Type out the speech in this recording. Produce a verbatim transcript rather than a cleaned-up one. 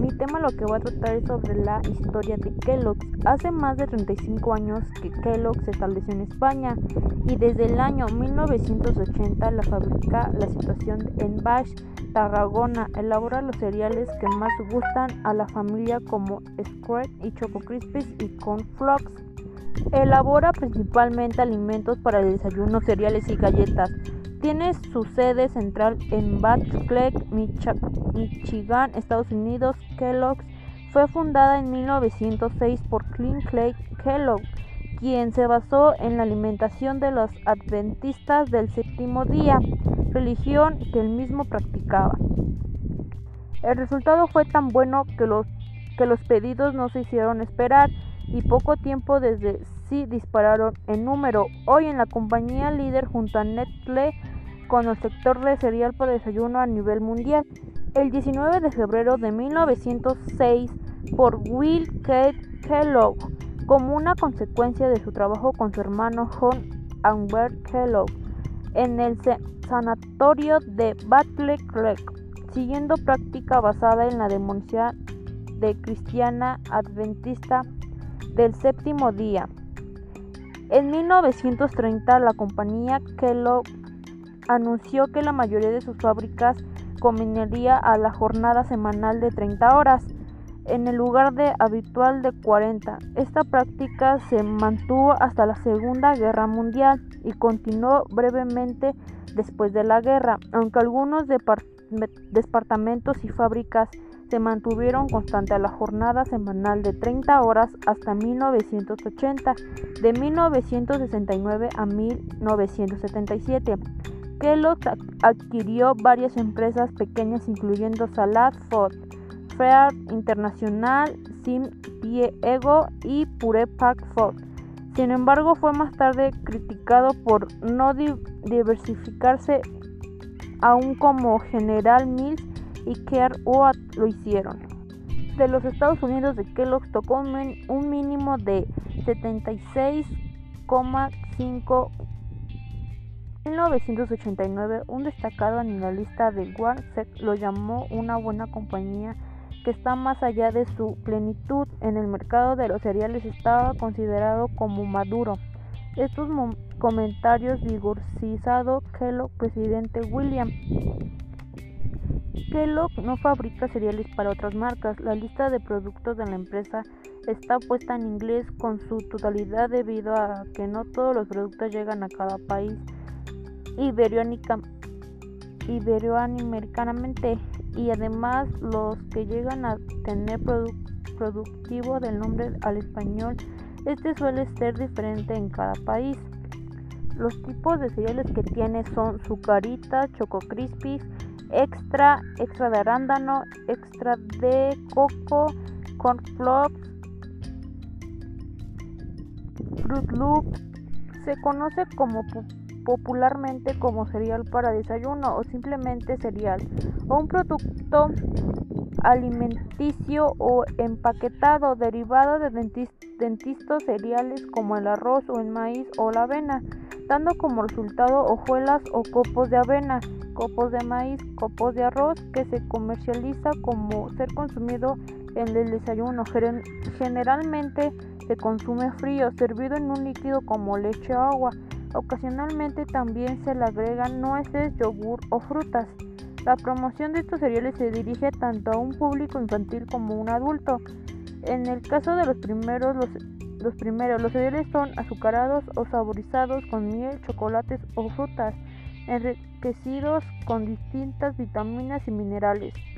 Mi tema lo que voy a tratar es sobre la historia de Kellogg's. Hace más de treinta y cinco años que Kellogg's se estableció en España y desde el año mil novecientos ochenta la fábrica La Situación en Baix, Tarragona, elabora los cereales que más gustan a la familia como Square y Choco Crispies y Corn Flakes. Elabora principalmente alimentos para el desayuno, cereales y galletas. Tiene su sede central en Battle Michigan, Estados Unidos. Kellogg's fue fundada en mil novecientos seis por Clint Clay Kellogg, quien se basó en la alimentación de los adventistas del séptimo día, religión que él mismo practicaba. El resultado fue tan bueno que los, que los pedidos no se hicieron esperar y poco tiempo desde sí dispararon en número. Hoy en la compañía líder junto a Nestlé con el sector de cereal para desayuno a nivel mundial. El diecinueve de febrero de mil novecientos seis por Will Keith Kellogg, como una consecuencia de su trabajo con su hermano John Albert Kellogg en el sanatorio de Battle Creek, siguiendo práctica basada en la demonización de cristiana adventista del séptimo día. En mil novecientos treinta la compañía Kellogg anunció que la mayoría de sus fábricas convertiría a la jornada semanal de treinta horas en el lugar de habitual de cuarenta. Esta práctica se mantuvo hasta la Segunda Guerra Mundial y continuó brevemente después de la guerra, aunque algunos depart- departamentos y fábricas se mantuvieron constante a la jornada semanal de treinta horas hasta mil novecientos ochenta. De mil novecientos sesenta y nueve a mil novecientos setenta y siete, Kellogg adquirió varias empresas pequeñas incluyendo Salad Food, Fair International, Sim Piego y Pure Park Food. Sin embargo, fue más tarde criticado por no di- diversificarse aún como General Mills y Care Oat lo hicieron. De los Estados Unidos de Kellogg tocó un, min- un mínimo de setenta y seis coma cinco. En mil novecientos ochenta y nueve, un destacado analista de WarSec lo llamó una buena compañía que está más allá de su plenitud en el mercado de los cereales. Estaba considerado como maduro. Estos mo- comentarios vigorizaron Kellogg, presidente William. Kellogg no fabrica cereales para otras marcas. La lista de productos de la empresa está puesta en inglés con su totalidad debido a que no todos los productos llegan a cada país iberoamericanamente, y además los que llegan a tener produ- productivo del nombre al español. Este suele ser diferente en cada país. Los tipos de cereales que tiene son Zucaritas, Choco Crispies, Extra, Extra de arándano, Extra de coco, Corn Flakes, Fruit Loops. Se conoce como pu- popularmente como cereal para desayuno o simplemente cereal, o un producto alimenticio o empaquetado derivado de dentis- dentistos cereales como el arroz o el maíz o la avena, dando como resultado hojuelas o copos de avena, copos de maíz, copos de arroz, que se comercializa como ser consumido en el desayuno. Gen- generalmente se consume frío, servido en un líquido como leche o agua. Ocasionalmente también se le agregan nueces, yogur o frutas. La promoción de estos cereales se dirige tanto a un público infantil como a un adulto. En el caso de los primeros, los, los primeros, los cereales son azucarados o saborizados con miel, chocolates o frutas, enriquecidos con distintas vitaminas y minerales.